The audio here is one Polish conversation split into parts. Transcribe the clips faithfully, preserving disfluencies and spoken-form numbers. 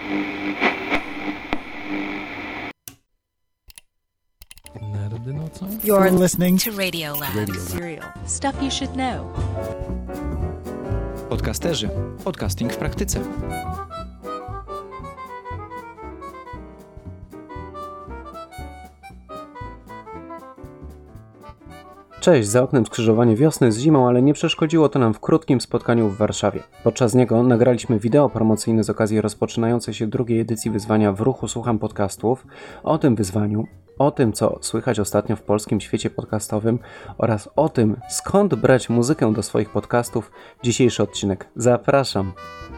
Nerdy nocą? You're listening to Radio Lab. Radio Lab. Serial. Stuff you should know. Podcasterzy. Podcasting w praktyce. Cześć, za oknem skrzyżowanie wiosny z zimą, ale nie przeszkodziło to nam w krótkim spotkaniu w Warszawie. Podczas niego nagraliśmy wideo promocyjne z okazji rozpoczynającej się drugiej edycji wyzwania W ruchu słucham podcastów. O tym wyzwaniu, o tym co słychać ostatnio w polskim świecie podcastowym oraz o tym skąd brać muzykę do swoich podcastów dzisiejszy odcinek. Zapraszam!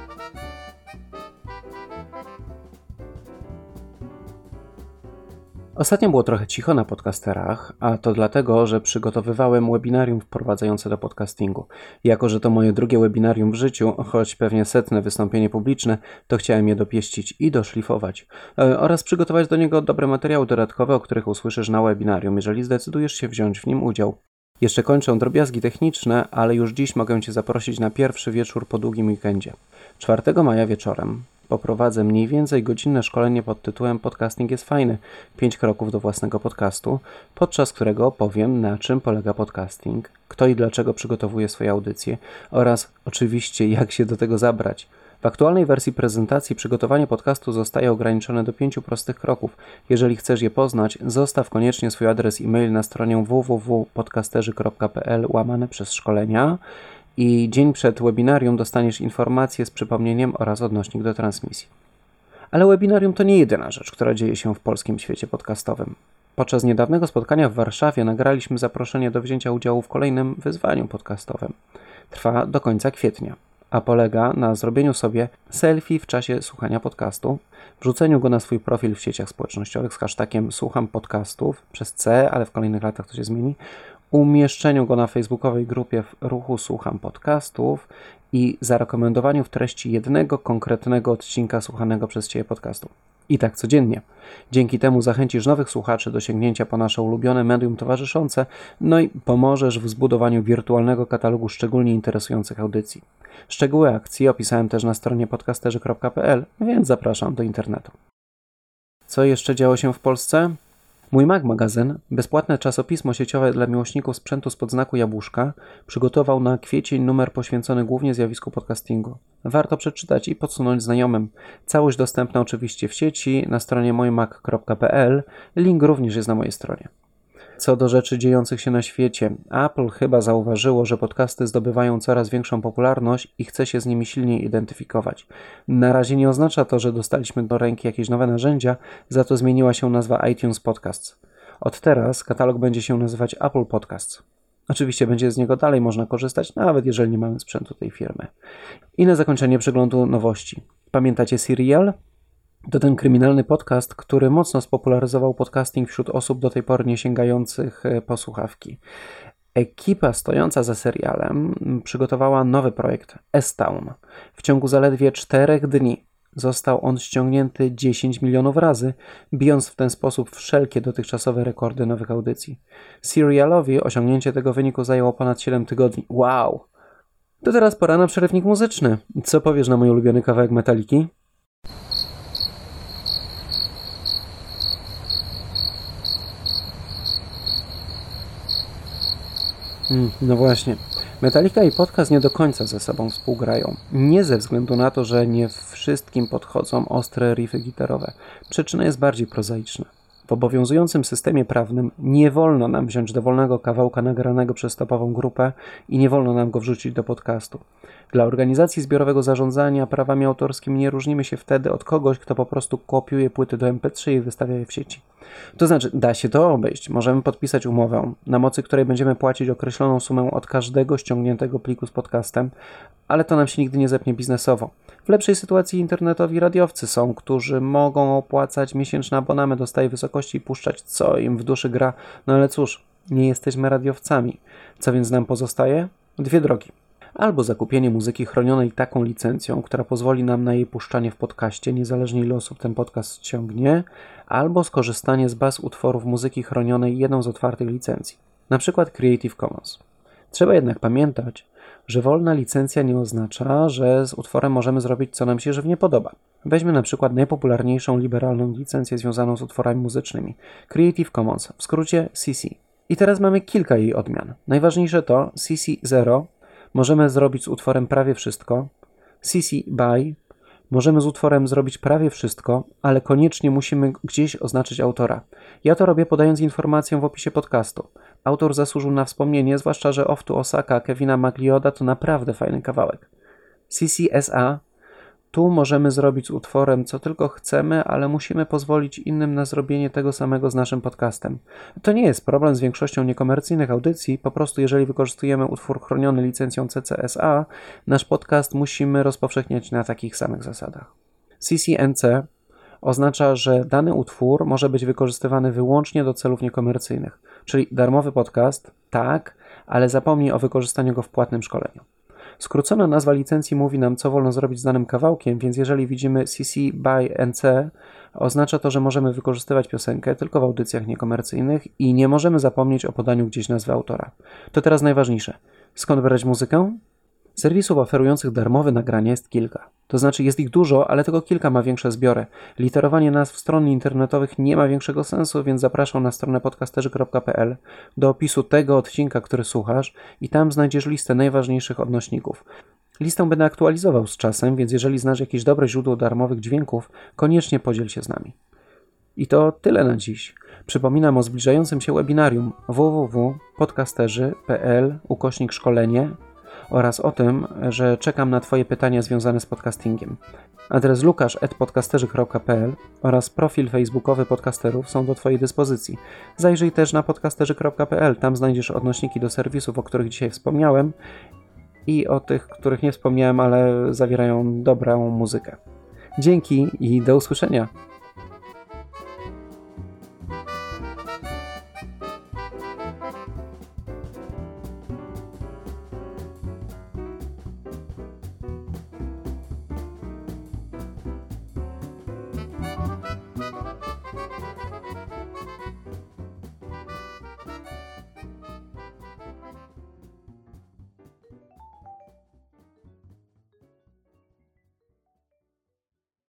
Ostatnio było trochę cicho na podcasterach, a to dlatego, że przygotowywałem webinarium wprowadzające do podcastingu. Jako że to moje drugie webinarium w życiu, choć pewnie setne wystąpienie publiczne, to chciałem je dopieścić i doszlifować. E, oraz przygotować do niego dobre materiały dodatkowe, o których usłyszysz na webinarium, jeżeli zdecydujesz się wziąć w nim udział. Jeszcze kończę drobiazgi techniczne, ale już dziś mogę Cię zaprosić na pierwszy wieczór po długim weekendzie. czwartego maja wieczorem poprowadzę mniej więcej godzinne szkolenie pod tytułem Podcasting jest fajny. pięć kroków do własnego podcastu, podczas którego opowiem, na czym polega podcasting, kto i dlaczego przygotowuje swoje audycje oraz oczywiście jak się do tego zabrać. W aktualnej wersji prezentacji przygotowanie podcastu zostaje ograniczone do pięciu prostych kroków. Jeżeli chcesz je poznać, zostaw koniecznie swój adres e-mail na stronie w w w kropka podcasterzy kropka p l łamane przez szkolenia i dzień przed webinarium dostaniesz informacje z przypomnieniem oraz odnośnik do transmisji. Ale webinarium to nie jedyna rzecz, która dzieje się w polskim świecie podcastowym. Podczas niedawnego spotkania w Warszawie nagraliśmy zaproszenie do wzięcia udziału w kolejnym wyzwaniu podcastowym. Trwa do końca kwietnia, a polega na zrobieniu sobie selfie w czasie słuchania podcastu, wrzuceniu go na swój profil w sieciach społecznościowych z hashtagiem słucham podcastów przez C, ale w kolejnych latach to się zmieni, umieszczeniu go na facebookowej grupie w ruchu słucham podcastów i zarekomendowaniu w treści jednego konkretnego odcinka słuchanego przez Ciebie podcastu. I tak codziennie. Dzięki temu zachęcisz nowych słuchaczy do sięgnięcia po nasze ulubione medium towarzyszące, no i pomożesz w zbudowaniu wirtualnego katalogu szczególnie interesujących audycji. Szczegóły akcji opisałem też na stronie podcasterzy kropka p l, więc zapraszam do internetu. Co jeszcze działo się w Polsce? Mój Mac Magazyn, bezpłatne czasopismo sieciowe dla miłośników sprzętu spod znaku jabłuszka, przygotował na kwiecień numer poświęcony głównie zjawisku podcastingu. Warto przeczytać i podsunąć znajomym. Całość dostępna oczywiście w sieci na stronie mój mac kropka p l. Link również jest na mojej stronie. Co do rzeczy dziejących się na świecie, Apple chyba zauważyło, że podcasty zdobywają coraz większą popularność i chce się z nimi silniej identyfikować. Na razie nie oznacza to, że dostaliśmy do ręki jakieś nowe narzędzia, za to zmieniła się nazwa iTunes Podcasts. Od teraz katalog będzie się nazywać Apple Podcasts. Oczywiście będzie z niego dalej można korzystać, nawet jeżeli nie mamy sprzętu tej firmy. I na zakończenie przeglądu nowości. Pamiętacie Serial? To ten kryminalny podcast, który mocno spopularyzował podcasting wśród osób do tej pory nie sięgających po słuchawki. Ekipa stojąca za serialem przygotowała nowy projekt S-Town. W ciągu zaledwie czterech dni został on ściągnięty dziesięć milionów razy, bijąc w ten sposób wszelkie dotychczasowe rekordy nowych audycji. Serialowi osiągnięcie tego wyniku zajęło ponad siedem tygodni. Wow! To teraz pora na przerywnik muzyczny. Co powiesz na mój ulubiony kawałek Metaliki? Mm, no właśnie. Metallica i podcast nie do końca ze sobą współgrają. Nie ze względu na to, że nie wszystkim podchodzą ostre riffy gitarowe. Przyczyna jest bardziej prozaiczna. W obowiązującym systemie prawnym nie wolno nam wziąć dowolnego kawałka nagranego przez topową grupę i nie wolno nam go wrzucić do podcastu. Dla organizacji zbiorowego zarządzania prawami autorskimi nie różnimy się wtedy od kogoś, kto po prostu kopiuje płyty do em pe trzy i wystawia je w sieci. To znaczy, da się to obejść. Możemy podpisać umowę, na mocy której będziemy płacić określoną sumę od każdego ściągniętego pliku z podcastem, ale to nam się nigdy nie zepnie biznesowo. W lepszej sytuacji internetowi radiowcy są, którzy mogą opłacać miesięczny abonament do stałej wysokości i puszczać co im w duszy gra. No ale cóż, nie jesteśmy radiowcami. Co więc nam pozostaje? Dwie drogi. Albo zakupienie muzyki chronionej taką licencją, która pozwoli nam na jej puszczanie w podcaście, niezależnie ile osób ten podcast ściągnie, albo skorzystanie z baz utworów muzyki chronionej jedną z otwartych licencji, na przykład Creative Commons. Trzeba jednak pamiętać, że wolna licencja nie oznacza, że z utworem możemy zrobić co nam się żywnie podoba. Weźmy na przykład najpopularniejszą liberalną licencję związaną z utworami muzycznymi, Creative Commons, w skrócie C C. I teraz mamy kilka jej odmian. Najważniejsze to C C zero, możemy zrobić z utworem prawie wszystko, C C BY, możemy z utworem zrobić prawie wszystko, ale koniecznie musimy gdzieś oznaczyć autora. Ja to robię podając informację w opisie podcastu. Autor zasłużył na wspomnienie, zwłaszcza, że Off to Osaka Kevina MacLeoda to naprawdę fajny kawałek. C C S A, tu możemy zrobić z utworem co tylko chcemy, ale musimy pozwolić innym na zrobienie tego samego z naszym podcastem. To nie jest problem z większością niekomercyjnych audycji, po prostu jeżeli wykorzystujemy utwór chroniony licencją C C S A, nasz podcast musimy rozpowszechniać na takich samych zasadach. C C N C oznacza, że dany utwór może być wykorzystywany wyłącznie do celów niekomercyjnych, czyli darmowy podcast, tak, ale zapomnij o wykorzystaniu go w płatnym szkoleniu. Skrócona nazwa licencji mówi nam, co wolno zrobić z danym kawałkiem, więc jeżeli widzimy C C BY N C, oznacza to, że możemy wykorzystywać piosenkę tylko w audycjach niekomercyjnych i nie możemy zapomnieć o podaniu gdzieś nazwy autora. To teraz najważniejsze. Skąd brać muzykę? Serwisów oferujących darmowe nagrania jest kilka. To znaczy jest ich dużo, ale tylko kilka ma większe zbiory. Literowanie nazw stron internetowych nie ma większego sensu, więc zapraszam na stronę podcasterzy kropka p l do opisu tego odcinka, który słuchasz i tam znajdziesz listę najważniejszych odnośników. Listę będę aktualizował z czasem, więc jeżeli znasz jakieś dobre źródło darmowych dźwięków, koniecznie podziel się z nami. I to tyle na dziś. Przypominam o zbliżającym się webinarium w w w kropka podcasterzy kropka p l ukośnik szkolenie oraz o tym, że czekam na Twoje pytania związane z podcastingiem. Adres lukasz at podcasterzy kropka p l oraz profil facebookowy podcasterów są do Twojej dyspozycji. Zajrzyj też na podcasterzy kropka p l, tam znajdziesz odnośniki do serwisów, o których dzisiaj wspomniałem i o tych, których nie wspomniałem, ale zawierają dobrą muzykę. Dzięki i do usłyszenia.